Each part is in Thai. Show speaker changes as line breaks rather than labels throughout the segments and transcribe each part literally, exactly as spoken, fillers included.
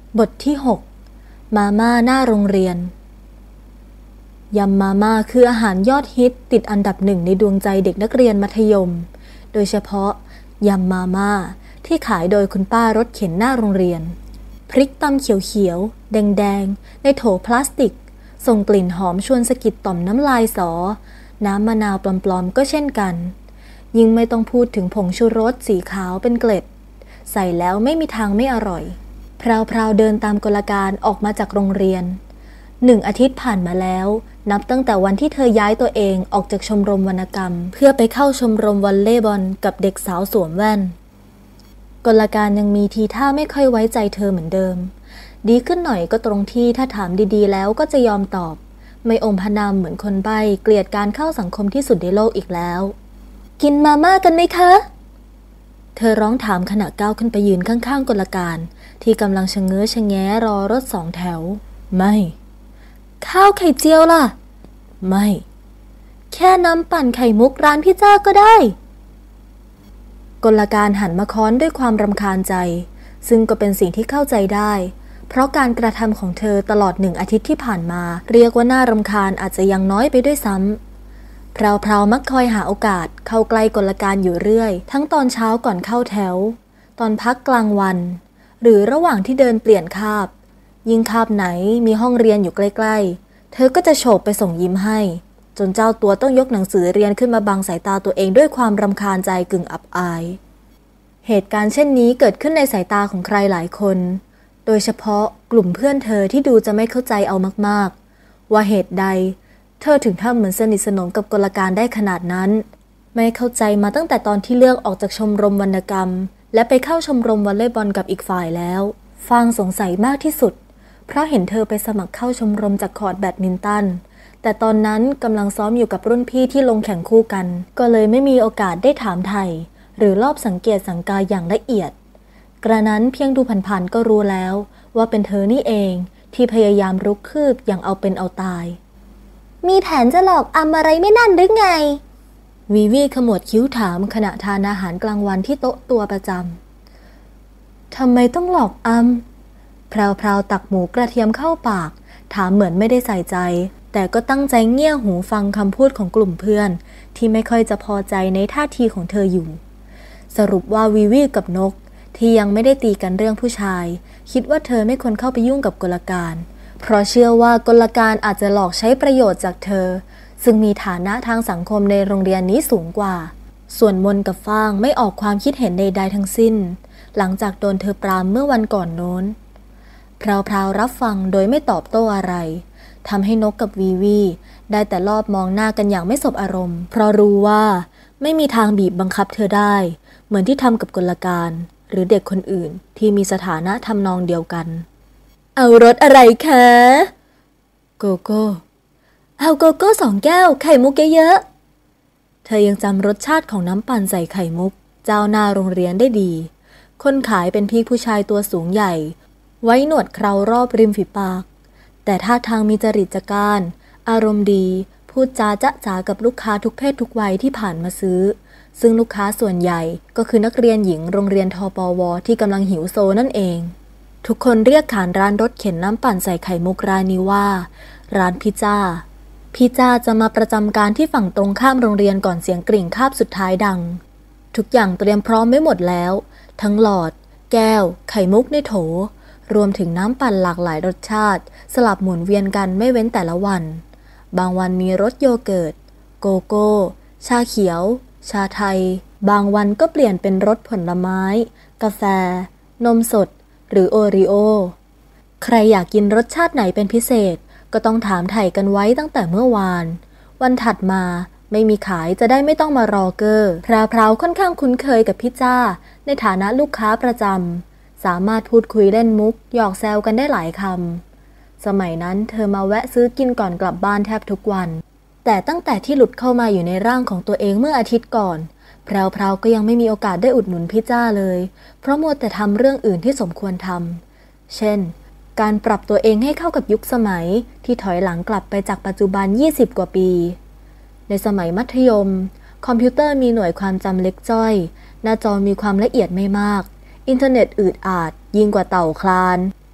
บทที่หกมาม่าหน้าโรงเรียนยำมาม่าคืออาหารยอดฮิตติดอันดับหนึ่งในดวงใจเด็กนักเรียนมัธยมโดยเฉพาะยำมาม่าที่ขายโดยคุณป้ารถเข็นหน้าโรงเรียนพริกตำเขียวๆแดงๆในโถพลาสติกส่งกลิ่นหอมชวนสะกิดต่อมน้ำลายสอน้ำมะนาวปลอมๆก็เช่นกันยิ่งไม่ต้องพูดถึงผงชูรสสีขาวเป็นเกล็ดใส่แล้วไม่มีทางไม่อร่อยพราวๆเดินตามกลการออกมาจากโรงเรียนหนึ่งอาทิตย์ผ่านมาแล้วนับตั้งแต่วันที่เธอย้ายตัวเองออกจากชมรมวรรณกรรมเพื่อไปเข้าชมรมวอลเลย์บอลกับเด็กสาวสวมแว่นกลการยังมีทีท่าไม่ค่อยไว้ใจเธอเหมือนเดิมดีขึ้นหน่อยก็ตรงที่ถ้าถามดีๆแล้วก็จะยอมตอบไม่อมพนามเหมือนคนใบ้เกลียดการเข้าสังคมที่สุดในโลกอีกแล้วกินมาม่ากันไหมคะเธอร้องถามขณะก้าวขึ้นไปยืนข้างๆกลการที่กำลังชะเง้อชะแง้รอรถสองแถวไม่ข้าวไข่เจียวล่ะไม่แค่น้ำปั่นไข่มุกร้านพิซซ่าก็ได้กลการหันมาค้อนด้วยความรำคาญใจซึ่งก็เป็นสิ่งที่เข้าใจได้เพราะการกระทำของเธอตลอดหนึ่งอาทิตย์ที่ผ่านมาเรียกว่าน่ารำคาญอาจจะยังน้อยไปด้วยซ้ำพราวๆมักคอยหาโอกาสเข้าใกล้กลการอยู่เรื่อยทั้งตอนเช้าก่อนเข้าแถวตอนพักกลางวันหรือระหว่างที่เดินเปลี่ยนคาบยิ่งคาบไหนมีห้องเรียนอยู่ใกล้ๆเธอก็จะโฉบไปส่งยิ้มให้จนเจ้าตัวต้องยกหนังสือเรียนขึ้นมาบังสายตาตัวเองด้วยความรำคาญใจกึ่งอับอายเหตุการณ์เช่นนี้เกิดขึ้นในสายตาของใครหลายคนโดยเฉพาะกลุ่มเพื่อนเธอที่ดูจะไม่เข้าใจเอามากๆว่าเหตุใดเธอถึงทำเหมือนสนิทสนมกับกลการได้ขนาดนั้นไม่เข้าใจมาตั้งแต่ตอนที่เลือกออกจากชมรมวรรณกรรมและไปเข้าชมรมวอลเลย์บอลกับอีกฝ่ายแล้วฟางสงสัยมากที่สุดเพราะเห็นเธอไปสมัครเข้าชมรมจากคอร์ตแบดมินตันแต่ตอนนั้นกำลังซ้อมอยู่กับรุ่นพี่ที่ลงแข่งคู่กันก็เลยไม่มีโอกาสได้ถามไถ่หรือรอบสังเกตสังกาอย่างละเอียดกระนั้นเพียงดูผ่านๆก็รู้แล้วว่าเป็นเธอนี่เองที่พยายามรุกคืบอย่างเอาเป็นเอาตายมีแผนจะหลอกอำอะไรไม่นั่นหรือไงวีวีขมวดคิ้วถามขณะทานอาหารกลางวันที่โต๊ะตัวประจำทำไมต้องหลอกอำพราวๆตักหมูกระเทียมเข้าปากถามเหมือนไม่ได้ใส่ใจแต่ก็ตั้งใจเงี่ยหูฟังคำพูดของกลุ่มเพื่อนที่ไม่ค่อยจะพอใจในท่าทีของเธออยู่สรุปว่าวีวีกับนกที่ยังไม่ได้ตีกันเรื่องผู้ชายคิดว่าเธอไม่ควรเข้าไปยุ่งกับกลการเพราะเชื่อว่ากลการอาจจะหลอกใช้ประโยชน์จากเธอซึ่งมีฐานะทางสังคมในโรงเรียนนี้สูงกว่าส่วนมนกับฟางไม่ออกความคิดเห็นใดๆทั้งสิ้นหลังจากโดนเธอปรามเมื่อวันก่อนโน้นพราวๆรับฟังโดยไม่ตอบโต้อะไรทำให้นกกับวีวีได้แต่รอบมองหน้ากันอย่างไม่สบอารมณ์เพราะรู้ว่าไม่มีทางบีบบังคับเธอได้เหมือนที่ทำกับกลการหรือเด็กคนอื่นที่มีสถานะทำนองเดียวกันเอารสอะไรคะโกโก้เอาโกโก้สองแก้วไข่มุกเยอะๆเธอยังจำรสชาติของน้ำปั่นใส่ไข่มุกเจ้าหน้าโรงเรียนได้ดีคนขายเป็นพี่ผู้ชายตัวสูงใหญ่ไว้หนวดเครารอบริมฝีปากแต่ท่าทางมีจริตจักรอารมณ์ดีพูดจาจ๊ะจ๋ากับลูกค้าทุกเพศทุกวัยที่ผ่านมาซื้อซึ่งลูกค้าส่วนใหญ่ก็คือนักเรียนหญิงโรงเรียนทปวที่กำลังหิวโซนั่นเองทุกคนเรียกขานร้านรถเข็นน้ำปั่นใส่ไข่มุกร้านนี้ว่าร้านพิซซ่าพิซซ่าจะมาประจำการที่ฝั่งตรงข้ามโรงเรียนก่อนเสียงกริ่งคาบสุดท้ายดังทุกอย่างเตรียมพร้อมไว้หมดแล้วทั้งหลอดแก้วไข่มุกในโถรวมถึงน้ำปั่นหลากหลายรสชาติสลับหมุนเวียนกันไม่เว้นแต่ละวันบางวันมีรสโยเกิร์ตโกโก้ชาเขียวชาไทยบางวันก็เปลี่ยนเป็นรสผลไม้กาแฟนมสดหรือโอรีโอใครอยากกินรสชาติไหนเป็นพิเศษก็ต้องถามไถ่กันไว้ตั้งแต่เมื่อวานวันถัดมาไม่มีขายจะได้ไม่ต้องมารอเกอร์พราวๆค่อนข้างคุ้นเคยกับพิซซ่าในฐานะลูกค้าประจำสามารถพูดคุยเล่นมุกหยอกแซวกันได้หลายคำสมัยนั้นเธอมาแวะซื้อกินก่อนกลับบ้านแทบทุกวันแต่ตั้งแต่ที่หลุดเข้ามาอยู่ในร่างของตัวเองเมื่ออาทิตย์ก่อนแพรวๆก็ยังไม่มีโอกาสได้อุดหนุนพิซซ่าเลยเพราะมัวแต่ทำเรื่องอื่นที่สมควรทำเช่นการปรับตัวเองให้เข้ากับยุคสมัยที่ถอยหลังกลับไปจากปัจจุบันยี่สิบกว่าปีในสมัยมัธยมคอมพิวเตอร์มีหน่วยความจำเล็กจ้อยหน้าจอมีความละเอียดไม่มากอินเทอร์เน็ตอืดอาดยิ่งกว่าเต่าคลาน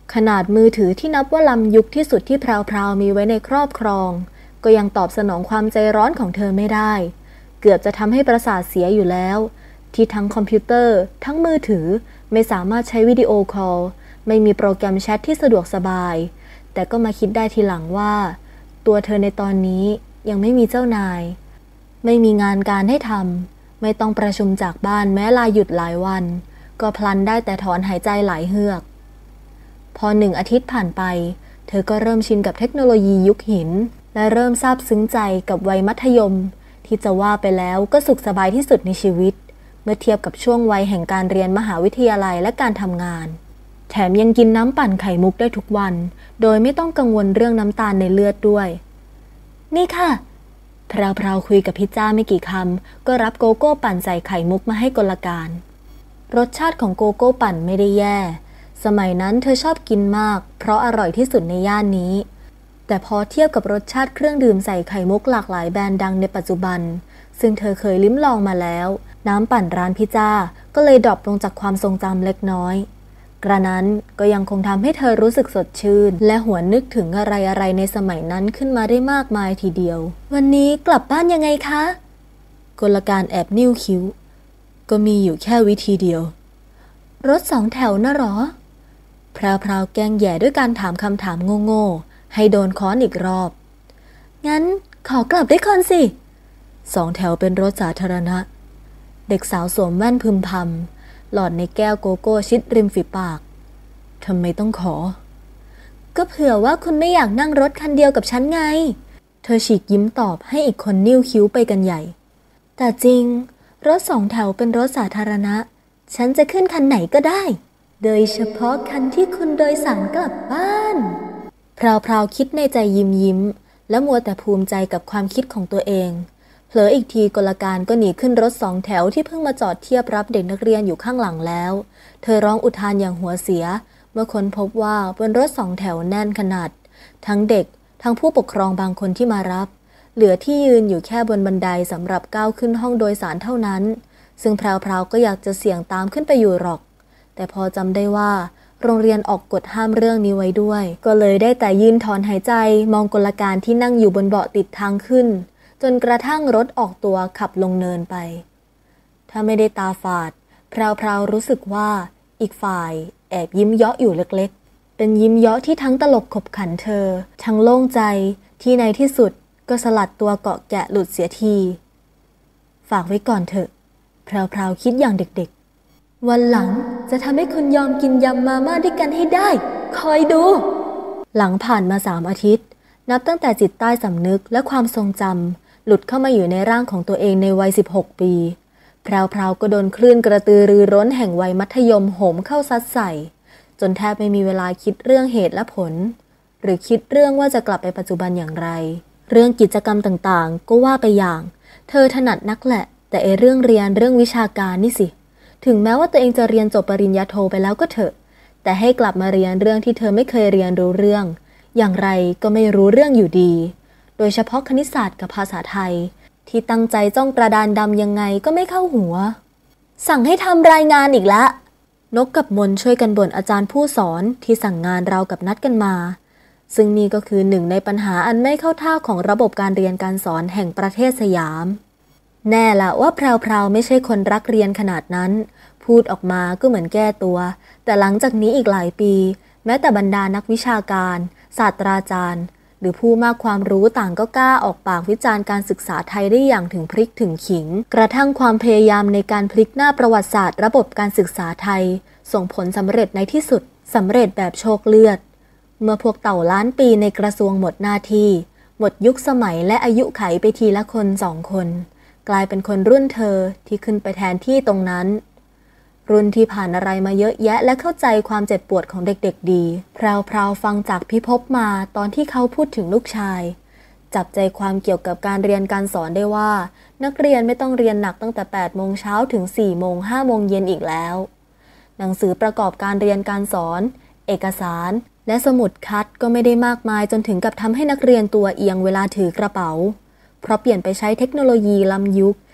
ขนาดมือถือที่นับว่าล้ำยุคที่สุดที่แพรวๆมีไว้ในครอบครองก็ยังตอบสนองความใจร้อนของเธอไม่ได้เกือบจะทำให้ประสาทเสียอยู่แล้วที่ทั้งคอมพิวเตอร์ทั้งมือถือไม่สามารถใช้วิดีโอคอลไม่มีโปรแกรมแชทที่สะดวกสบายแต่ก็มาคิดได้ทีหลังว่าตัวเธอในตอนนี้ยังไม่มีเจ้านายไม่มีงานการให้ทำไม่ต้องประชุมจากบ้านแม้ลาหยุดหลายวันก็พลันได้แต่ถอนหายใจหลายเฮือกพอหนึ่งอาทิตย์ผ่านไปเธอก็เริ่มชินกับเทคโนโลยียุคหินและเริ่มซาบซึ้งใจกับวัยมัธยมที่จะว่าไปแล้วก็สุขสบายที่สุดในชีวิตเมื่อเทียบกับช่วงวัยแห่งการเรียนมหาวิทยาลัยและการทำงานแถมยังกินน้ำปั่นไข่มุกได้ทุกวันโดยไม่ต้องกังวลเรื่องน้ำตาลในเลือดด้วยนี่ค่ะแพรวๆคุยกับพี่จ้าไม่กี่คำก็รับโกโก้ปั่นใส่ไข่มุกมาให้กลการรสชาติของโกโก้ปั่นไม่ได้แย่สมัยนั้นเธอชอบกินมากเพราะอร่อยที่สุดในย่านนี้แต่พอเทียบกับรสชาติเครื่องดื่มใส่ไข่มุกหลากหลายแบรนด์ดังในปัจจุบันซึ่งเธอเคยลิ้มลองมาแล้วน้ำปั่นร้านพี่จ้าก็เลยดรอปลงจากความทรงจำเล็กน้อยกระนั้นก็ยังคงทำให้เธอรู้สึกสดชื่นและหวนนึกถึงอะไรๆในสมัยนั้นขึ้นมาได้มากมายทีเดียววันนี้กลับบ้านยังไงคะกลการแอบนิ้วคิ้วก็มีอยู่แค่วิธีเดียวรถสองแถวน่ะหรอพราวๆแกล้งแย่ด้วยการถามคำถามโง่ๆให้โดนค้อนอีกรอบงั้นขอกลับด้วยคนสิสองแถวเป็นรถสาธารณะเด็กสาวสวมแว่นพึมพำหลอดในแก้วโกโก้ชิดริมฝีปากทำไมต้องขอก็เผื่อว่าคุณไม่อยากนั่งรถคันเดียวกับฉันไงเธอฉีกยิ้มตอบให้อีกคนนิ้วคิ้วไปกันใหญ่แต่จริงรถสองแถวเป็นรถสาธารณะฉันจะขึ้นคันไหนก็ได้โดยเฉพาะคันที่คุณโดยสารกลับบ้านพราวๆคิดในใจยิ้มยิ้มและมัวแต่ภูมิใจกับความคิดของตัวเองเผลออีกทีกลการก็หนีขึ้นรถสองแถวที่เพิ่งมาจอดเทียบรับเด็กนักเรียนอยู่ข้างหลังแล้วเธอร้องอุทานอย่างหัวเสียเมื่อค้นพบว่าบนรถสองแถวแน่นขนาดทั้งเด็กทั้งผู้ปกครองบางคนที่มารับเหลือที่ยืนอยู่แค่บนบันไดสำหรับก้าวขึ้นห้องโดยสารเท่านั้นซึ่งพราวๆก็อยากจะเสี่ยงตามขึ้นไปอยู่หรอกแต่พอจำได้ว่าโรงเรียนออกกฎห้ามเรื่องนี้ไว้ด้วยก็เลยได้แต่ยืนถอนหายใจมองกลการที่นั่งอยู่บนเบาะติดทางขึ้นจนกระทั่งรถออกตัวขับลงเนินไปถ้าไม่ได้ตาฝาดพราวๆรู้สึกว่าอีกฝ่ายแอบยิ้มเยาะอยู่เล็กๆเป็นยิ้มเยาะที่ทั้งตลกขบขันเธอทั้งโล่งใจที่ในที่สุดก็สลัดตัวเกาะแกะหลุดเสียทีฝากไว้ก่อนเถอะพราวๆคิดอย่างเด็กๆวันหลังจะทำให้คุณยอมกินยำมาม่าด้วยกันให้ได้คอยดูหลังผ่านมาสามอาทิตย์นับตั้งแต่จิตใต้สำนึกและความทรงจำหลุดเข้ามาอยู่ในร่างของตัวเองในวัยสิบหกปีพราวๆก็โดนคลื่นกระตือรือร้นแห่งวัยมัธยมโหมเข้าซัดใส่จนแทบไม่มีเวลาคิดเรื่องเหตุและผลหรือคิดเรื่องว่าจะกลับไปปัจจุบันอย่างไรเรื่องกิจกรรมต่างๆก็ว่าไปอย่างเธอถนัดนักแหละแต่ไอ้เรื่องเรียนเรื่องวิชาการนี่สิถึงแม้ว่าตัวเองจะเรียนจบปริญญาโทไปแล้วก็เถอะแต่ให้กลับมาเรียนเรื่องที่เธอไม่เคยเรียนรู้เรื่องอย่างไรก็ไม่รู้เรื่องอยู่ดีโดยเฉพาะคณิตศาสตร์กับภาษาไทยที่ตั้งใจจ้องกระดานดำยังไงก็ไม่เข้าหัวสั่งให้ทำรายงานอีกละนกกับมนช่วยกันบ่นอาจารย์ผู้สอนที่สั่งงานเรากับนัดกันมาซึ่งนี่ก็คือหนึ่งในปัญหาอันไม่เข้าท่าของระบบการเรียนการสอนแห่งประเทศสยามแน่ละว่าแพรวๆไม่ใช่คนรักเรียนขนาดนั้นพูดออกมาก็เหมือนแก้ตัวแต่หลังจากนี้อีกหลายปีแม้แต่บรรดานักวิชาการศาสตราจารย์หรือผู้มากความรู้ต่างก็กล้าออกปากวิจารณ์การศึกษาไทยได้อย่างถึงพริกถึงขิงกระทั่งความพยายามในการพลิกหน้าประวัติศาสตร์ระบบการศึกษาไทยส่งผลสำเร็จในที่สุดสำเร็จแบบโชคเลือดเมื่อพวกเต่าล้านปีในกระทรวงหมดหน้าที่หมดยุคสมัยและอายุไขไปทีละคนสองคนกลายเป็นคนรุ่นเธอที่ขึ้นไปแทนที่ตรงนั้นรุ่นที่ผ่านอะไรมาเยอะแยะและเข้าใจความเจ็บปวดของเด็กๆดีพราวๆฟังจากพิภพมาตอนที่เขาพูดถึงลูกชายจับใจความเกี่ยวกับการเรียนการสอนได้ว่านักเรียนไม่ต้องเรียนหนักตั้งแต่แปดโมงเช้าถึงสี่โมงห้าโมงเย็นอีกแล้วหนังสือประกอบการเรียนการสอนเอกสารและสมุดคัดก็ไม่ได้มากมายจนถึงกับทำให้นักเรียนตัวเอียงเวลาถือกระเป๋าเพราะเปลี่ยนไปใช้เทคโนโลยีล้ำยุค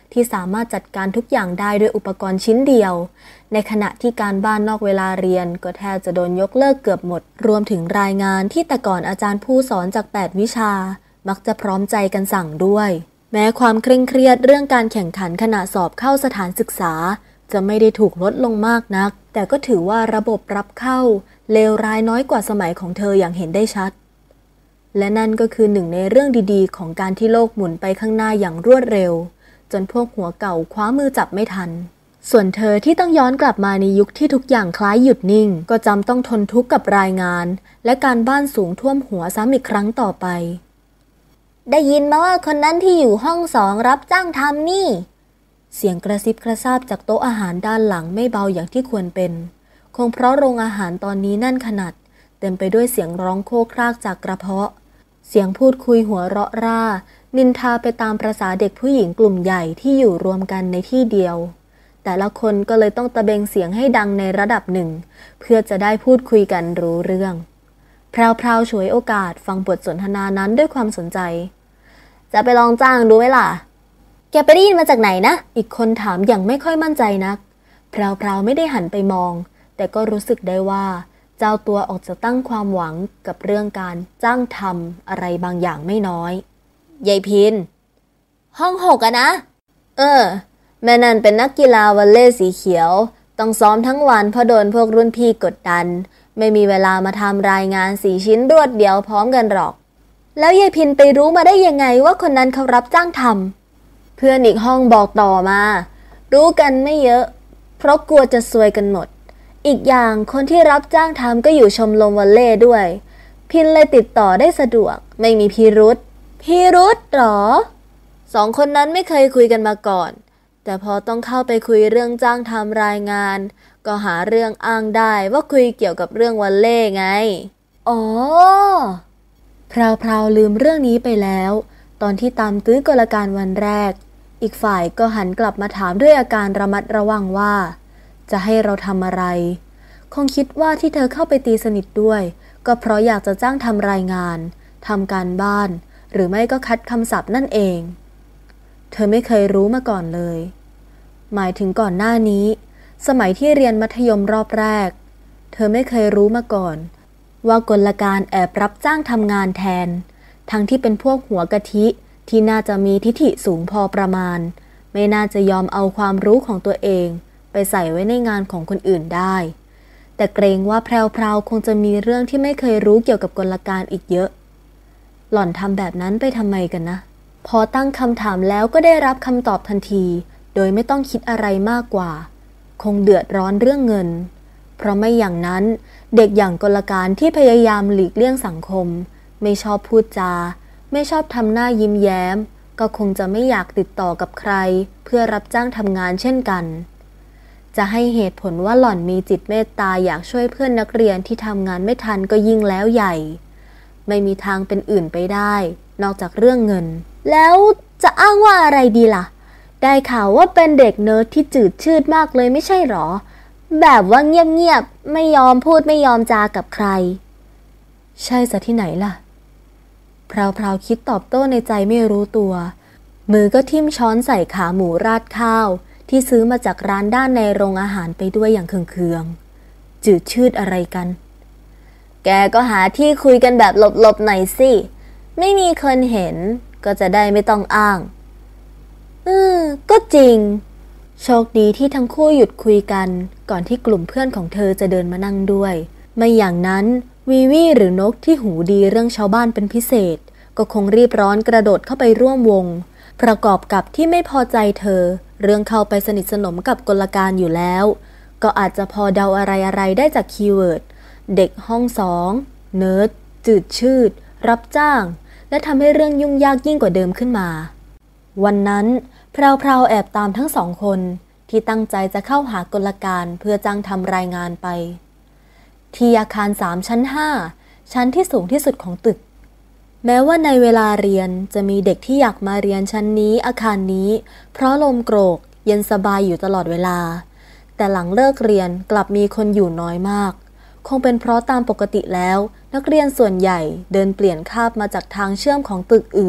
ที่สามารถจัดการทุกอย่างได้ด้วยอุปกรณ์ชิ้นเดียวในขณะที่การบ้านนอกเวลาเรียนก็แทบจะโดนยกเลิกเกือบหมดรวมถึงรายงานที่แต่ก่อนอาจารย์ผู้สอนจากแปดวิชามักจะพร้อมใจกันสั่งด้วยแม้ความเคร่งเครียดเรื่องการแข่งขันขณะสอบเข้าสถานศึกษาจะไม่ได้ถูกลดลงมากนักแต่ก็ถือว่าระบบรับเข้าเลวร้ายน้อยกว่าสมัยของเธออย่างเห็นได้ชัดและนั่นก็คือหนึ่งในเรื่องดีๆของการที่โลกหมุนไปข้างหน้าอย่างรวดเร็วจนพวกหัวเก่าคว้ามือจับไม่ทันส่วนเธอที่ต้องย้อนกลับมาในยุคที่ทุกอย่างคล้ายหยุดนิ่งก็จำต้องทนทุกข์กับรายงานและการบ้านสูงท่วมหัวซ้ำอีกครั้งต่อไปได้ยินมาว่าคนนั้นที่อยู่ห้องสองรับจ้างทำนี่เสียงกระซิบกระซาบจากโต๊ะอาหารด้านหลังไม่เบาอย่างที่ควรเป็นคงเพราะโรงอาหารตอนนี้แน่นขนาดเต็มไปด้วยเสียงร้องโครกครากจากกระเพาะเสียงพูดคุยหัวเราะร่านินทาไปตามประสาเด็กผู้หญิงกลุ่มใหญ่ที่อยู่รวมกันในที่เดียวแต่ละคนก็เลยต้องตะเบงเสียงให้ดังในระดับหนึ่งเพื่อจะได้พูดคุยกันรู้เรื่องพราวๆฉวยโอกาสฟังบทสนทนานั้นด้วยความสนใจจะไปลองจ้างดูไหมล่ะแกไปได้ยินมาจากไหนนะอีกคนถามอย่างไม่ค่อยมั่นใจนักพราวๆไม่ได้หันไปมองแต่ก็รู้สึกได้ว่าเจ้าตัวออกจะตั้งความหวังกับเรื่องการจ้างทำอะไรบางอย่างไม่น้อยยายพินห้องหกอะนะเออแม่นั่นเป็นนักกีฬาวอลเลย์สีเขียวต้องซ้อมทั้งวันเพราะโดนพวกรุ่นพี่กดดันไม่มีเวลามาทำรายงานสี่ชิ้นรวดเดียวพร้อมกันหรอกแล้วยายพินไปรู้มาได้ยังไงว่าคนนั้นเขารับจ้างทำเพื่อนอีกห้องบอกต่อมารู้กันไม่เยอะเพราะกลัวจะซวยกันหมดอีกอย่างคนที่รับจ้างทำก็อยู่ชมรมวอลเลย์ด้วยพินเลยติดต่อได้สะดวกไม่มีพิรุธพิรุธหรอสองคนนั้นไม่เคยคุยกันมาก่อนแต่พอต้องเข้าไปคุยเรื่องจ้างทำรายงานก็หาเรื่องอ้างได้ว่าคุยเกี่ยวกับเรื่องวอลเลย์ไงอ๋อพราวๆลืมเรื่องนี้ไปแล้วตอนที่ตามตื้อกลการวันแรกอีกฝ่ายก็หันกลับมาถามด้วยอาการระมัดระวังว่าจะให้เราทำอะไรคงคิดว่าที่เธอเข้าไปตีสนิทด้วยก็เพราะอยากจะจ้างทำรายงานทำการบ้านหรือไม่ก็คัดคำศัพท์นั่นเองเธอไม่เคยรู้มาก่อนเลยหมายถึงก่อนหน้านี้สมัยที่เรียนมัธยมรอบแรกเธอไม่เคยรู้มาก่อนว่ากลการแอบรับจ้างทำงานแทนทั้งที่เป็นพวกหัวกะทิที่น่าจะมีทิฐิสูงพอประมาณไม่น่าจะยอมเอาความรู้ของตัวเองไปใส่ไว้ในงานของคนอื่นได้แต่เกรงว่าแพรวๆคงจะมีเรื่องที่ไม่เคยรู้เกี่ยวกับกลการอีกเยอะหล่อนทำแบบนั้นไปทำไมกันนะพอตั้งคำถามแล้วก็ได้รับคำตอบทันทีโดยไม่ต้องคิดอะไรมากกว่าคงเดือดร้อนเรื่องเงินเพราะไม่อย่างนั้นเด็กอย่างกลการที่พยายามหลีกเลี่ยงสังคมไม่ชอบพูดจาไม่ชอบทำหน้ายิ้มแย้มก็คงจะไม่อยากติดต่อกับใครเพื่อรับจ้างทำงานเช่นกันจะให้เหตุผลว่าหล่อนมีจิตเมตตาอยากช่วยเพื่อนนักเรียนที่ทำงานไม่ทันก็ยิ่งแล้วใหญ่ไม่มีทางเป็นอื่นไปได้นอกจากเรื่องเงินแล้วจะอ้างว่าอะไรดีล่ะได้ข่าวว่าเป็นเด็กเนิร์ดที่จืดชืดมากเลยไม่ใช่หรอแบบว่าเงียบๆไม่ยอมพูดไม่ยอมจากับใครใช่ซะที่ไหนล่ะพราวๆคิดตอบโต้ในใจไม่รู้ตัวมือก็ทิ่มช้อนใส่ขาหมูราดข้าวที่ซื้อมาจากร้านด้านในโรงอาหารไปด้วยอย่างเคืองๆจืดชืดอะไรกันแกก็หาที่คุยกันแบบหลบๆหน่อยสิไม่มีคนเห็นก็จะได้ไม่ต้องอ้างอืมก็จริงโชคดีที่ทั้งคู่หยุดคุยกันก่อนที่กลุ่มเพื่อนของเธอจะเดินมานั่งด้วยไม่อย่างนั้นวีวีหรือนกที่หูดีเรื่องชาวบ้านเป็นพิเศษก็คงรีบร้อนกระโดดเข้าไปร่วมวงประกอบกับที่ไม่พอใจเธอเรื่องเข้าไปสนิทสนมกับกลการอยู่แล้วก็อาจจะพอเดาอะไรๆได้จากคีย์เวิร์ดเด็กห้องสองเนิร์ดจืดชืดรับจ้างและทำให้เรื่องยุ่งยากยิ่งกว่าเดิมขึ้นมาวันนั้นพราวๆแอบตามทั้งสองคนที่ตั้งใจจะเข้าหากลการเพื่อจ้างทำรายงานไปที่อาคารสามชั้นห้าชั้นที่สูงที่สุดของตึกแม้ว่าในเวลาเรียนจะมีเด็กที่อยากมาเรียนชั้นนี้อาคารนี้เพราะลมโกรกเย็นสบายอยู่ตลอดเวลาแต่หลังเลิกเรียนกลับมีคนอยู่น้อยมากคงเป็นเพราะตามปกติแล้วนักเรียนส่วนใหญ่เดินเปลี่ยนคาบมาจากทางเชื่อมของตึกอื่น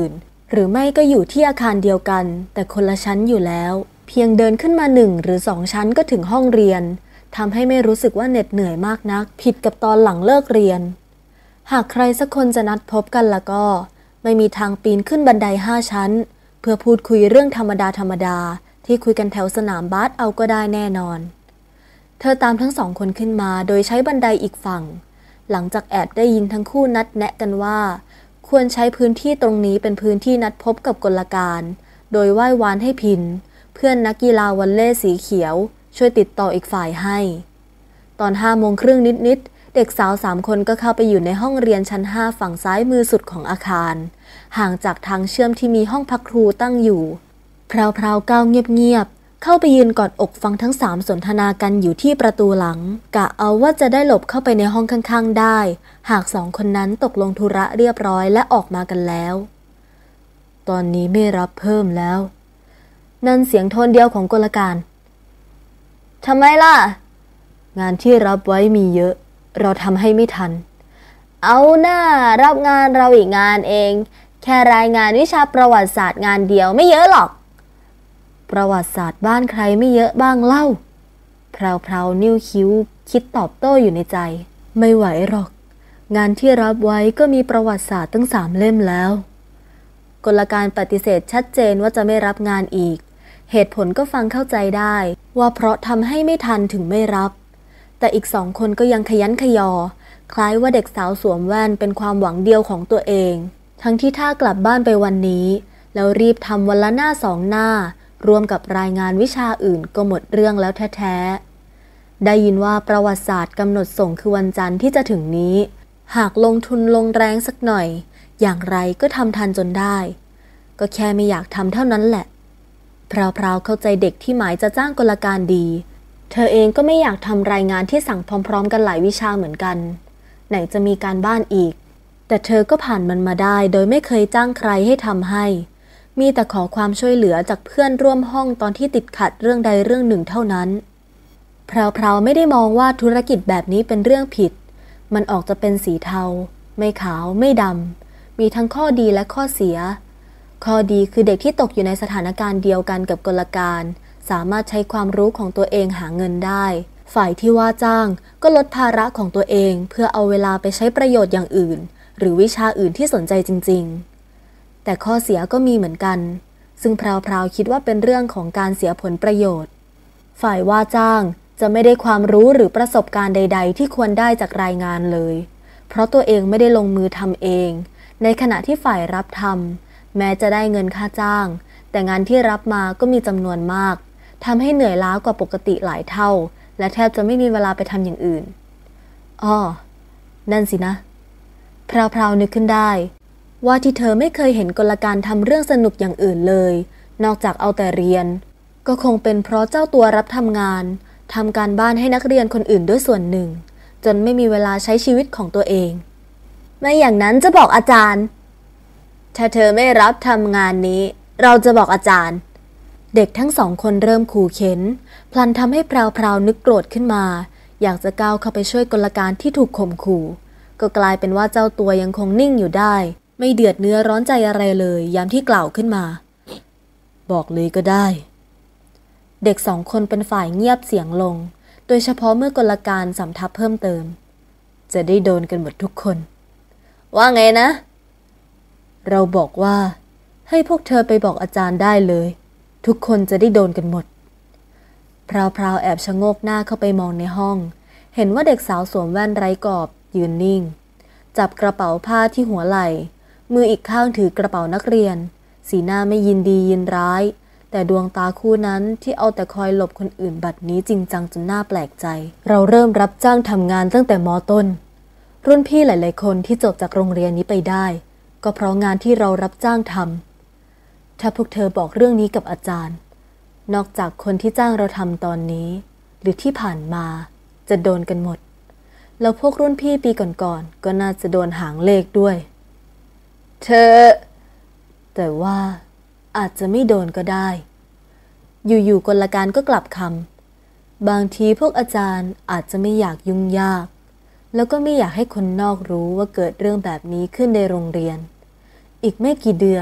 หรือไม่ก็อยู่ที่อาคารเดียวกันแต่คนละชั้นอยู่แล้วเพียงเดินขึ้นมาหนึ่งหรือสองชั้นก็ถึงห้องเรียนทำให้ไม่รู้สึกว่าเหน็ดเหนื่อยมากนักผิดกับตอนหลังเลิกเรียนหากใครสักคนจะนัดพบกันแล้วก็ไม่มีทางปีนขึ้นบันไดห้าชั้นเพื่อพูดคุยเรื่องธรรมดาธรรมดาที่คุยกันแถวสนามบาสเอาก็ได้แน่นอนเธอตามทั้งสองคนขึ้นมาโดยใช้บันไดอีกฝั่งหลังจากแอบได้ยินทั้งคู่นัดแนะกันว่าควรใช้พื้นที่ตรงนี้เป็นพื้นที่นัดพบกับกลการโดยไหว้วานให้พินเพื่อนนักกีฬาวอลเลย์สีเขียวช่วยติดต่ออีกฝ่ายให้ตอนห้าโมงครึ่งนิดๆเด็กสาวสามคนก็เข้าไปอยู่ในห้องเรียนชั้นห้าฝั่งซ้ายมือสุดของอาคารห่างจากทางเชื่อมที่มีห้องพักครูตั้งอยู่พราวๆก้าวเงียบๆเข้าไปยืนกอดอกฟังทั้งสามสนทนากันอยู่ที่ประตูหลังกะเอาว่าจะได้หลบเข้าไปในห้องข้างๆได้หากสองคนนั้นตกลงธุระเรียบร้อยและออกมากันแล้วตอนนี้ไม่รับเพิ่มแล้วนั่นเสียงโทนเดียวของกลการทำไมล่ะงานที่รับไว้มีเยอะเราทำให้ไม่ทันเอาหน้ารับงานเราอีกงานเองแค่รายงานวิชาประวัติศาสตร์งานเดียวไม่เยอะหรอกประวัติศาสตร์บ้านใครไม่เยอะบ้างเล่าพราวๆนิ้วคิ้วคิดตอบโต้อยู่ในใจไม่ไหวหรอกงานที่รับไว้ก็มีประวัติศาสตร์ตั้งสามเล่มแล้วกลการปฏิเสธชัดเจนว่าจะไม่รับงานอีกเหตุผลก็ฟังเข้าใจได้ว่าเพราะทำให้ไม่ทันถึงไม่รับแต่อีกสองคนก็ยังขยันขยอคล้ายว่าเด็กสาวสวมแว่นเป็นความหวังเดียวของตัวเองทั้งที่ถ้ากลับบ้านไปวันนี้แล้วรีบทำวันละหน้าสองหน้ารวมกับรายงานวิชาอื่นก็หมดเรื่องแล้วแท้ๆได้ยินว่าประวัติศาสตร์กำหนดส่งคือวันจันทร์ที่จะถึงนี้หากลงทุนลงแรงสักหน่อยอย่างไรก็ทำทันจนได้ก็แค่ไม่อยากทำเท่านั้นแหละพราวๆเข้าใจเด็กที่หมายจะจ้างกลการดีเธอเองก็ไม่อยากทำรายงานที่สั่งพร้อมๆกันหลายวิชาเหมือนกันไหนจะมีการบ้านอีกแต่เธอก็ผ่านมันมาได้โดยไม่เคยจ้างใครให้ทำให้มีแต่ขอความช่วยเหลือจากเพื่อนร่วมห้องตอนที่ติดขัดเรื่องใดเรื่องหนึ่งเท่านั้นพราวๆไม่ได้มองว่าธุรกิจแบบนี้เป็นเรื่องผิดมันออกจะเป็นสีเทาไม่ขาวไม่ดำมีทั้งข้อดีและข้อเสียข้อดีคือเด็กที่ตกอยู่ในสถานการณ์เดียวกันกับกลการสามารถใช้ความรู้ของตัวเองหาเงินได้ฝ่ายที่ว่าจ้างก็ลดภาระของตัวเองเพื่อเอาเวลาไปใช้ประโยชน์อย่างอื่นหรือวิชาอื่นที่สนใจจริงๆแต่ข้อเสียก็มีเหมือนกันซึ่งพราวๆคิดว่าเป็นเรื่องของการเสียผลประโยชน์ฝ่ายว่าจ้างจะไม่ได้ความรู้หรือประสบการณ์ใดๆที่ควรได้จากรายงานเลยเพราะตัวเองไม่ได้ลงมือทำเองในขณะที่ฝ่ายรับทำแม้จะได้เงินค่าจ้างแต่งานที่รับมาก็มีจำนวนมากทำให้เหนื่อยล้ากว่าปกติหลายเท่าและแทบจะไม่มีเวลาไปทำอย่างอื่นอ้อนั่นสินะพราวๆนึกขึ้นได้ว่าที่เธอไม่เคยเห็นกลการทำเรื่องสนุกอย่างอื่นเลยนอกจากเอาแต่เรียนก็คงเป็นเพราะเจ้าตัวรับทำงานทำการบ้านให้นักเรียนคนอื่นด้วยส่วนหนึ่งจนไม่มีเวลาใช้ชีวิตของตัวเองไม่อย่างนั้นจะบอกอาจารย์ถ้าเธอไม่รับทำงานนี้เราจะบอกอาจารย์เด็กทั้งสองคนเริ่มขู่เข็นพลันทำให้พราวๆนึกโกรธขึ้นมาอยากจะก้าวเข้าไปช่วยกลการที่ถูกข่มขู่ก็กลายเป็นว่าเจ้าตัวยังคงนิ่งอยู่ได้ไม่เดือดเนื้อร้อนใจอะไรเลยยามที่กล่าวขึ้นมาบอกเลยก็ได้เด็กสองคนเป็นฝ่ายเงียบเสียงลงโดยเฉพาะเมื่อกลการสำทับเพิ่มเติมจะได้โดนกันหมดทุกคนว่าไงนะเราบอกว่าให้พวกเธอไปบอกอาจารย์ได้เลยทุกคนจะได้โดนกันหมดพราวๆแอบชะโงกหน้าเข้าไปมองในห้องเห็นว่าเด็กสาวสวมแว่นไร้กรอบยืนนิ่งจับกระเป๋าผ้าที่หัวไหล่มืออีกข้างถือกระเป๋านักเรียนสีหน้าไม่ยินดียินร้ายแต่ดวงตาคู่นั้นที่เอาแต่คอยหลบคนอื่นบัดนี้จริงจังจนน่าแปลกใจเราเริ่มรับจ้างทำงานตั้งแต่ม.ต้นรุ่นพี่หลายๆคนที่จบจากโรงเรียนนี้ไปได้ก็เพราะงานที่เรารับจ้างทำถ้าพวกเธอบอกเรื่องนี้กับอาจารย์นอกจากคนที่จ้างเราทำตอนนี้หรือที่ผ่านมาจะโดนกันหมดแล้วพวกรุ่นพี่ปีก่อนๆก็น่าจะโดนหางเลขด้วยเธอแต่ว่าอาจจะไม่โดนก็ได้อยู่ๆกลการก็กลับคำบางทีพวกอาจารย์อาจจะไม่อยากยุ่งยากแล้วก็ไม่อยากให้คนนอกรู้ว่าเกิดเรื่องแบบนี้ขึ้นในโรงเรียนอีกไม่กี่เดือนก็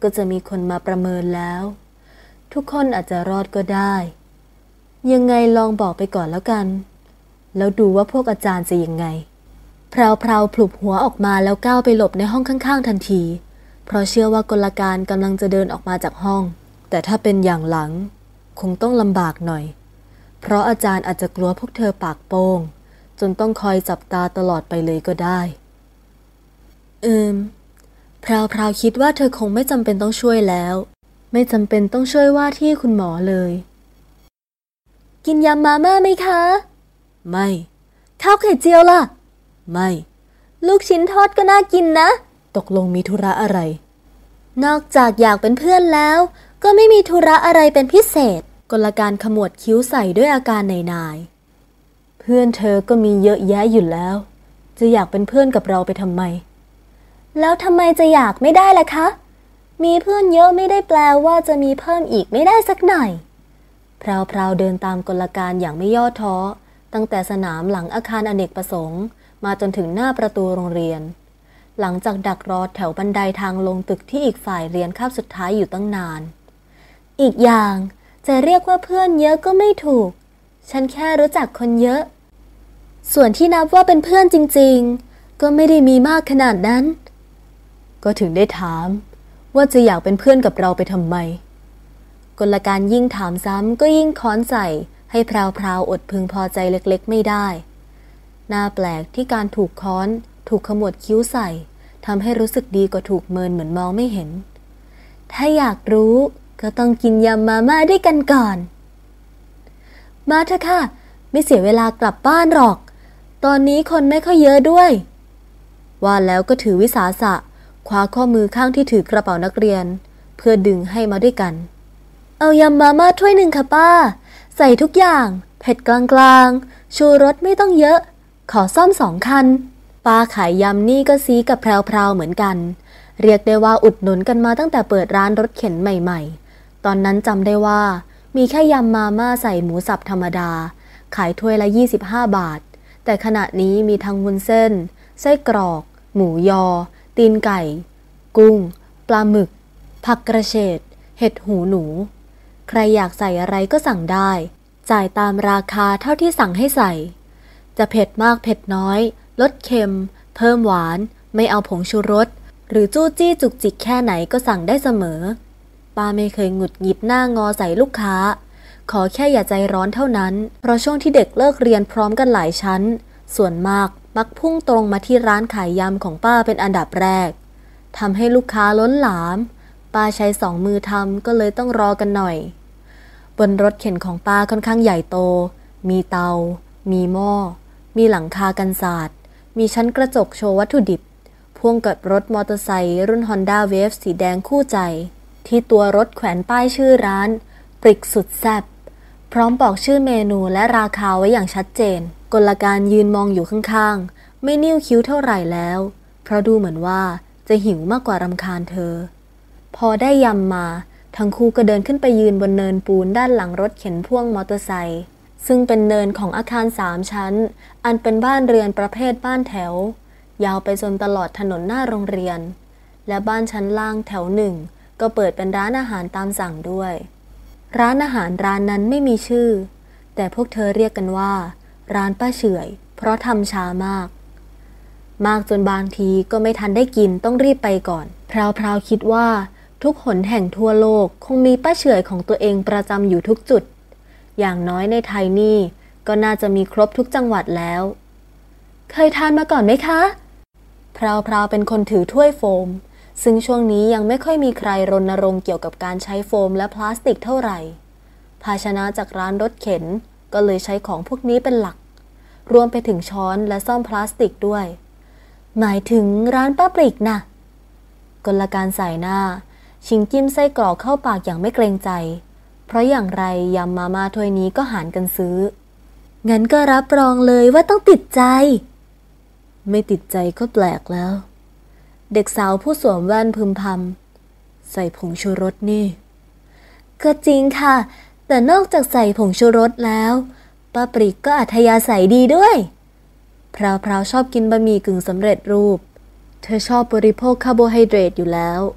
ก็จะมีคนมาประเมินแล้วทุกคนอาจจะรอดก็ได้ยังไงลองบอกไปก่อนแล้วกันแล้วดูว่าพวกอาจารย์จะยังไงพราวพราวผลุบหัวออกมาแล้วก้าวไปหลบในห้องข้างๆทันทีเพราะเชื่อว่ากลการกำลังจะเดินออกมาจากห้องแต่ถ้าเป็นอย่างหลังคงต้องลำบากหน่อยเพราะอาจารย์อาจจะกลัวพวกเธอปากโป้งจนต้องคอยจับตาตลอดไปเลยก็ได้เอิมพราวพราวคิดว่าเธอคงไม่จำเป็นต้องช่วยแล้วไม่จำเป็นต้องช่วยว่าที่คุณหมอเลยกินยำมาม่าไหมคะไม่ข้าวไข่เจียวล่ะไม่ลูกชิ้นทอดก็น่ากินนะตกลงมีธุระอะไรนอกจากอยากเป็นเพื่อนแล้วก็ไม่มีธุระอะไรเป็นพิเศษกลการขมวดคิ้วใส่ด้วยอาการนายๆเพื่อนเธอก็มีเยอะแยะอยู่แล้วจะอยากเป็นเพื่อนกับเราไปทำไมแล้วทำไมจะอยากไม่ได้ล่ะคะมีเพื่อนเยอะไม่ได้แปลว่าจะมีเพิ่มอีกไม่ได้สักหน่อยพราวพราวเดินตามกลการอย่างไม่ย่อท้อตั้งแต่สนามหลังอาคารอเนกประสงค์มาจนถึงหน้าประตูโรงเรียนหลังจากดักรอแถวบันไดทางลงตึกที่อีกฝ่ายเรียนคาบสุดท้ายอยู่ตั้งนานอีกอย่างจะเรียกว่าเพื่อนเยอะก็ไม่ถูกฉันแค่รู้จักคนเยอะส่วนที่นับว่าเป็นเพื่อนจริงๆก็ไม่ได้มีมากขนาดนั้นก็ถึงได้ถามว่าจะอยากเป็นเพื่อนกับเราไปทำไมกลการยิ่งถามซ้ำก็ยิ่งค้อนใส่ให้พราวพราวอดพึงพอใจเล็กๆไม่ได้น่าแปลกที่การถูกค้อนถูกขมวดคิ้วใส่ทำให้รู้สึกดีกว่าถูกเมินเหมือนมองไม่เห็นถ้าอยากรู้ก็ต้องกินยำมาม่าด้วยกันก่อนมาเถอะค่ะไม่เสียเวลากลับบ้านหรอกตอนนี้คนไม่ค่อยเยอะด้วยว่าแล้วก็ถือวิสาสะคว้าข้อมือข้างที่ถือกระเป๋านักเรียนเพื่อดึงให้มาด้วยกันเอายำมาม่าถ้วยหนึ่งค่ะป้าใส่ทุกอย่างเผ็ดกลางๆชูรสไม่ต้องเยอะขอซ่อมสองคันป้าขายยำนี่ก็ซีกับแพรวๆเหมือนกันเรียกได้ว่าอุดหนุนกันมาตั้งแต่เปิดร้านรถเข็นใหม่ๆตอนนั้นจำได้ว่ามีแค่ยำมาม่าใส่หมูสับธรรมดาขายถ้วยละยี่สิบห้าบาทแต่ขณะนี้มีทั้งวุ้นเส้นไส้กรอกหมูยอตีนไก่กุ้งปลาหมึกผักกระเฉดเห็ดหูหนูใครอยากใส่อะไรก็สั่งได้จ่ายตามราคาเท่าที่สั่งให้ใส่จะเผ็ดมากเผ็ดน้อยลดเค็มเพิ่มหวานไม่เอาผงชูรสหรือจู้จี้จุกจิกแค่ไหนก็สั่งได้เสมอป้าไม่เคยหงุดหงิดหน้างอใส่ลูกค้าขอแค่อย่าใจร้อนเท่านั้นเพราะช่วงที่เด็กเลิกเรียนพร้อมกันหลายชั้นส่วนมากมักพุ่งตรงมาที่ร้านขายยำของป้าเป็นอันดับแรกทำให้ลูกค้าล้นหลามป้าใช้สองมือทำก็เลยต้องรอกันหน่อยบนรถเข็นของป้าค่อนข้างใหญ่โตมีเตามีหม้อมีหลังคากันศาสตร์มีชั้นกระจกโชว์วัตถุดิบพ่วงกับรถมอเตอร์ไซค์รุ่น Honda Wave สีแดงคู่ใจที่ตัวรถแขวนป้ายชื่อร้านปริกสุดแซ่บพร้อมบอกชื่อเมนูและราคาไว้อย่างชัดเจนกลการยืนมองอยู่ข้างๆไม่นิ้วคิ้วเท่าไหร่แล้วเพราะดูเหมือนว่าจะหิวมากกว่ารำคาญเธอพอได้ยำมาทั้งคู่ก็เดินขึ้นไปยืนบนเนินปูนด้านหลังรถเข็นพ่วงมอเตอร์ไซค์ซึ่งเป็นเนินของอาคารสามชั้นอันเป็นบ้านเรือนประเภทบ้านแถวยาวไปจนตลอดถนนหน้าโรงเรียนและบ้านชั้นล่างแถวหนึ่งก็เปิดเป็นร้านอาหารตามสั่งด้วยร้านอาหารร้านนั้นไม่มีชื่อแต่พวกเธอเรียกกันว่าร้านป้าเฉื่อยเพราะทำช้ามากมากจนบางทีก็ไม่ทันได้กินต้องรีบไปก่อนพราวๆคิดว่าทุกหนแห่งทั่วโลกคงมีป้าเฉื่อยของตัวเองประจำอยู่ทุกจุดอย่างน้อยในไทยนี่ก็น่าจะมีครบทุกจังหวัดแล้วเคยทานมาก่อนไหมคะพราวๆเป็นคนถือถ้วยโฟมซึ่งช่วงนี้ยังไม่ค่อยมีใครรณรงค์เกี่ยวกับการใช้โฟมและพลาสติกเท่าไหร่ภาชนะจากร้านรถเข็นก็เลยใช้ของพวกนี้เป็นหลักรวมไปถึงช้อนและซ่อมพลาสติกด้วยหมายถึงร้านป้าปริกน่ะกลการใส่หน้าชิงจิ้มไส้กรอกเข้าปากอย่างไม่เกรงใจเพราะอย่างไรยำมาม่าถ้วยนี้ก็หารกันซื้องั้นก็รับรองเลยว่าต้องติดใจไม่ติดใจก็แปลกแล้วเด็กสาวผู้สวมแว่นพึมพำใส่ผงชูรสนี่ก็จริงค่ะแต่นอกจากใส่ผงชูรสแล้วป้าปริกก็อัธยาศัยดีด้วยพราวๆชอบกินบะหมี่กึ่งสำเร็จรูปเธอชอบบริโภคคาร์โบไฮเดรตอยู่แล้วใ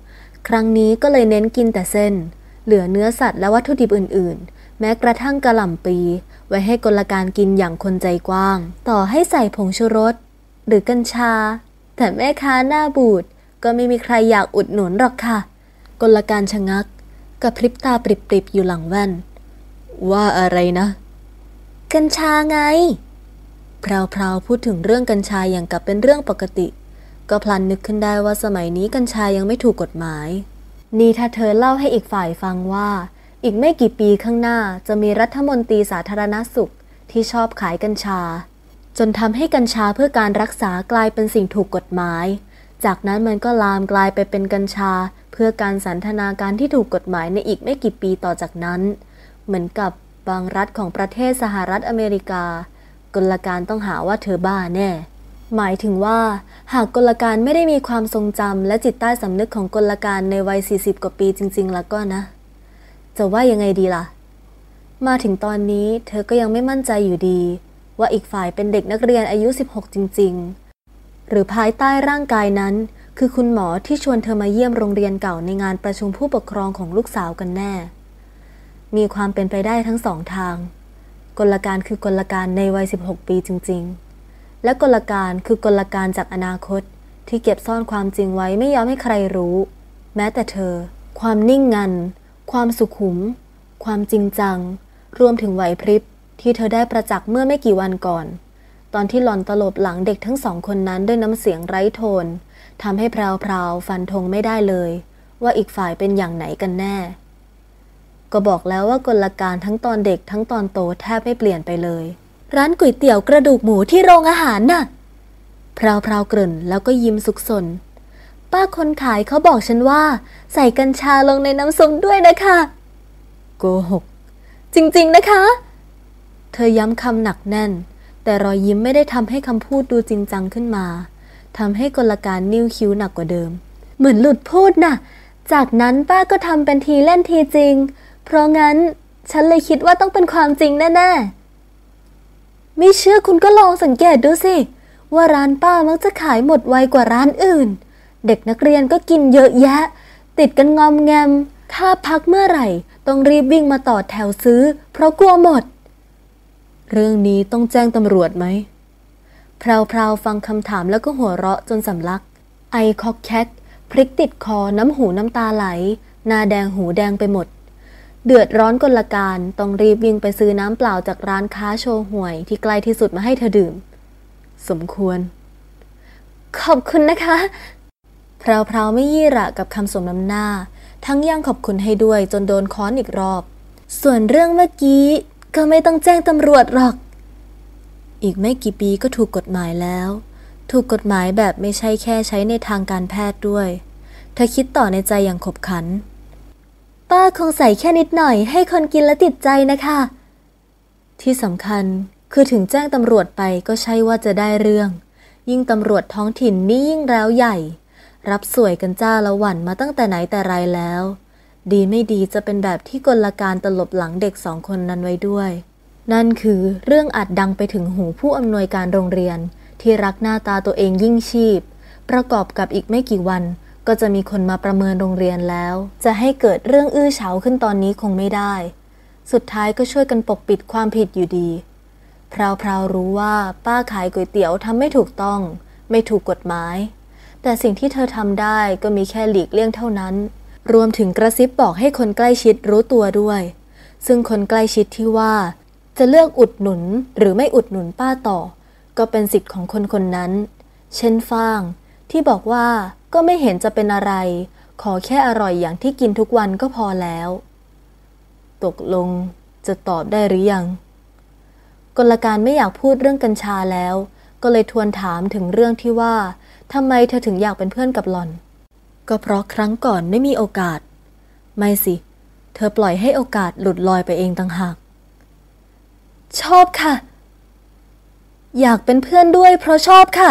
ครั้งนี้ก็เลยเน้นกินแต่เส้นเหลือเนื้อสัตว์และวัตถุดิบอื่นๆแม้กระทั่งกะหล่ำปีไว้ให้กลการกินอย่างคนใจกว้างต่อให้ใส่ผงชูรสหรือกัญชาแต่แม่ค้าหน้าบูดก็ไม่มีใครอยากอุดหนุนหรอกค่ะกลการชะงักกับพริบตาปริบๆอยู่หลังแว่นว่าอะไรนะกัญชาไงพราวๆพูดถึงเรื่องกัญชาอย่างกับเป็นเรื่องปกติก็พลันนึกขึ้นได้ว่าสมัยนี้กัญชายังไม่ถูกกฎหมายนี่ถ้าเธอเล่าให้อีกฝ่ายฟังว่าอีกไม่กี่ปีข้างหน้าจะมีรัฐมนตรีสาธารณสุขที่ชอบขายกัญชาจนทำให้กัญชาเพื่อการรักษากลายเป็นสิ่งถูกกฎหมายจากนั้นมันก็ลามกลายไปเป็นกัญชาเพื่อการสันทนาการที่ถูกกฎหมายในอีกไม่กี่ปีต่อจากนั้นเหมือนกับบางรัฐของประเทศสหรัฐอเมริกากลการต้องหาว่าเธอบ้าแน่หมายถึงว่าหากกลการไม่ได้มีความทรงจำและจิตใต้สำนึกของกลการในวัยสี่สิบกว่าปีจริงๆแล้วก็นะจะว่ายังไงดีล่ะมาถึงตอนนี้เธอก็ยังไม่มั่นใจอยู่ดีว่าอีกฝ่ายเป็นเด็กนักเรียนอายุสิบหกจริงๆหรือภายใต้ร่างกายนั้นคือคุณหมอที่ชวนเธอมาเยี่ยมโรงเรียนเก่าในงานประชุมผู้ปกครองของลูกสาวกันแน่มีความเป็นไปได้ทั้งสองทางกลการคือกลการในวัยสิบหกปีจริงๆและกลการคือกลการจากอนาคตที่เก็บซ่อนความจริงไว้ไม่ยอมให้ใครรู้แม้แต่เธอความนิ่งงันความสุขุมความจริงจังรวมถึงไหวพริบที่เธอได้ประจักษ์เมื่อไม่กี่วันก่อนตอนที่หล่อนตลบหลังเด็กทั้งสองคนนั้นด้วยน้ำเสียงไร้โทนทำให้แพรวๆฟันธงไม่ได้เลยว่าอีกฝ่ายเป็นอย่างไหนกันแน่ก็บอกแล้วว่ากลการทั้งตอนเด็กทั้งตอนโตแทบไม่เปลี่ยนไปเลยร้านก๋วยเตี๋ยวกระดูกหมูที่โรงอาหารน่ะพราวๆกริ่นแล้วก็ยิ้มสุขสนป้าคนขายเขาบอกฉันว่าใส่กัญชาลงในน้ำส้มด้วยนะคะโกหกจริงๆนะคะเธอย้ำคำหนักแน่นแต่รอยยิ้มไม่ได้ทำให้คำพูดดูจริงจังขึ้นมาทำให้กลการนิ้วคิ้วหนักกว่าเดิมเหมือนหลุดพูดน่ะจากนั้นป้าก็ทำเป็นทีเล่นทีจริงเพราะงั้นฉันเลยคิดว่าต้องเป็นความจริงแน่ๆไม่เชื่อคุณก็ลองสังเกตดูสิว่าร้านป้ามักจะขายหมดไวกว่าร้านอื่นเด็กนักเรียนก็กินเยอะแยะติดกันงอมแงมถ้าพักเมื่อไหร่ต้องรีบวิ่งมาต่อแถวซื้อเพราะกลัวหมดเรื่องนี้ต้องแจ้งตำรวจไหมพราวๆฟังคำถามแล้วก็หัวเราะจนสำลักไอคอกแคกพริกติดคอน้ำหูน้ำตาไหลหน้าแดงหูแดงไปหมดเดือดร้อนกลการต้องรีบวิ่งไปซื้อน้ำเปล่าจากร้านค้าโชห่วยที่ใกล้ที่สุดมาให้เธอดื่มสมควรขอบคุณนะคะพราวๆไม่ยี่ระกับคำสมน้ำหน้าทั้งยังขอบคุณให้ด้วยจนโดนค้อนอีกรอบส่วนเรื่องเมื่อกี้ก็ไม่ต้องแจ้งตำรวจหรอกอีกไม่กี่ปีก็ถูกกฎหมายแล้วถูกกฎหมายแบบไม่ใช่แค่ใช้ในทางการแพทย์ด้วยเธอคิดต่อในใจอย่างขบขันป้าคงใส่แค่นิดหน่อยให้คนกินแล้วติดใจนะคะที่สำคัญคือถึงแจ้งตำรวจไปก็ใช่ว่าจะได้เรื่องยิ่งตำรวจท้องถิ่นนี่ยิ่งแล้วใหญ่รับสวยกันจ้าละหวันมาตั้งแต่ไหนแต่ไรแล้วดีไม่ดีจะเป็นแบบที่กลการตลบหลังเด็กสองคนนั้นไว้ด้วยนั่นคือเรื่องอาจดังไปถึงหูผู้อำนวยการโรงเรียนที่รักหน้าตาตัวเองยิ่งชีพประกอบกับอีกไม่กี่วันก็จะมีคนมาประเมินโรงเรียนแล้วจะให้เกิดเรื่องอื้อฉาวขึ้นตอนนี้คงไม่ได้สุดท้ายก็ช่วยกันปกปิดความผิดอยู่ดีพราวๆรู้ว่าป้าขายก๋วยเตี๋ยวทำไม่ถูกต้องไม่ถูกกฎหมายแต่สิ่งที่เธอทำได้ก็มีแค่หลีกเลี่ยงเท่านั้นรวมถึงกระซิบบอกให้คนใกล้ชิดรู้ตัวด้วยซึ่งคนใกล้ชิดที่ว่าจะเลือกอุดหนุนหรือไม่อุดหนุนป้าต่อก็เป็นสิทธิ์ของคนคนนั้นเช่นฟางที่บอกว่าก็ไม่เห็นจะเป็นอะไรขอแค่อร่อยอย่างที่กินทุกวันก็พอแล้วตกลงจะตอบได้หรือยังกลการไม่อยากพูดเรื่องกัญชาแล้วก็เลยทวนถามถึงเรื่องที่ว่าทำไมเธอถึงอยากเป็นเพื่อนกับหล่อนก็เพราะครั้งก่อนไม่มีโอกาสไม่สิเธอปล่อยให้โอกาสหลุดลอยไปเองต่างหากชอบค่ะอยากเป็นเพื่อนด้วยเพราะชอบค่ะ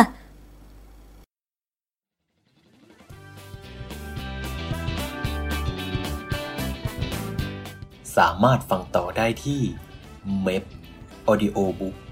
สามารถฟังต่อได้ที่ เมพ Audiobook